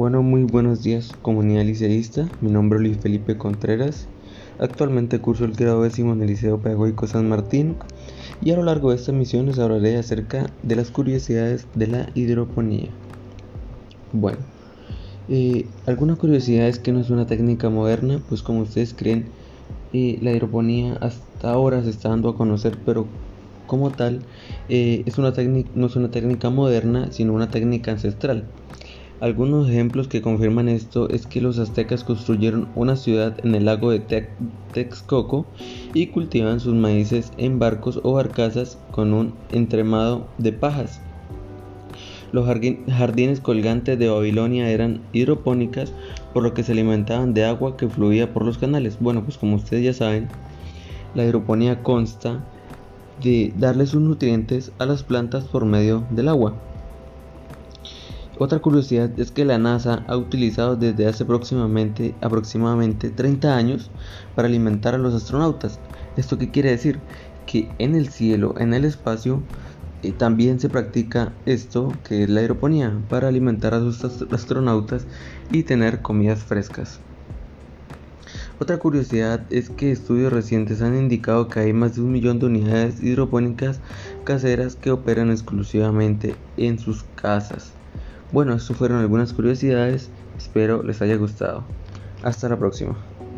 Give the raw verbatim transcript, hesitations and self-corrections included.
Bueno, muy buenos días, comunidad liceísta. Mi nombre es Luis Felipe Contreras. Actualmente curso el grado décimo en el Liceo Pedagógico San Martín y a lo largo de esta emisión les hablaré acerca de las curiosidades de la hidroponía. Bueno, eh, alguna curiosidad es que no es una técnica moderna, pues como ustedes creen, eh, la hidroponía hasta ahora se está dando a conocer, pero como tal eh, es una técnica, no es una técnica moderna, sino una técnica ancestral. Algunos ejemplos que confirman esto es que los aztecas construyeron una ciudad en el lago de Te Texcoco y cultivaban sus maíces en barcos o barcazas con un entremado de pajas. Los jardines colgantes de Babilonia eran hidropónicas, por lo que se alimentaban de agua que fluía por los canales. Bueno, pues como ustedes ya saben, la hidroponía consta de darle sus nutrientes a las plantas por medio del agua. Otra curiosidad es que la NASA ha utilizado desde hace aproximadamente, aproximadamente treinta años para alimentar a los astronautas. ¿Esto qué quiere decir? Que en el cielo, en el espacio, eh, también se practica esto que es la hidroponía para alimentar a sus astronautas y tener comidas frescas. Otra curiosidad es que estudios recientes han indicado que hay más de un millón de unidades hidropónicas caseras que operan exclusivamente en sus casas. Bueno, estas fueron algunas curiosidades, espero les haya gustado. Hasta la próxima.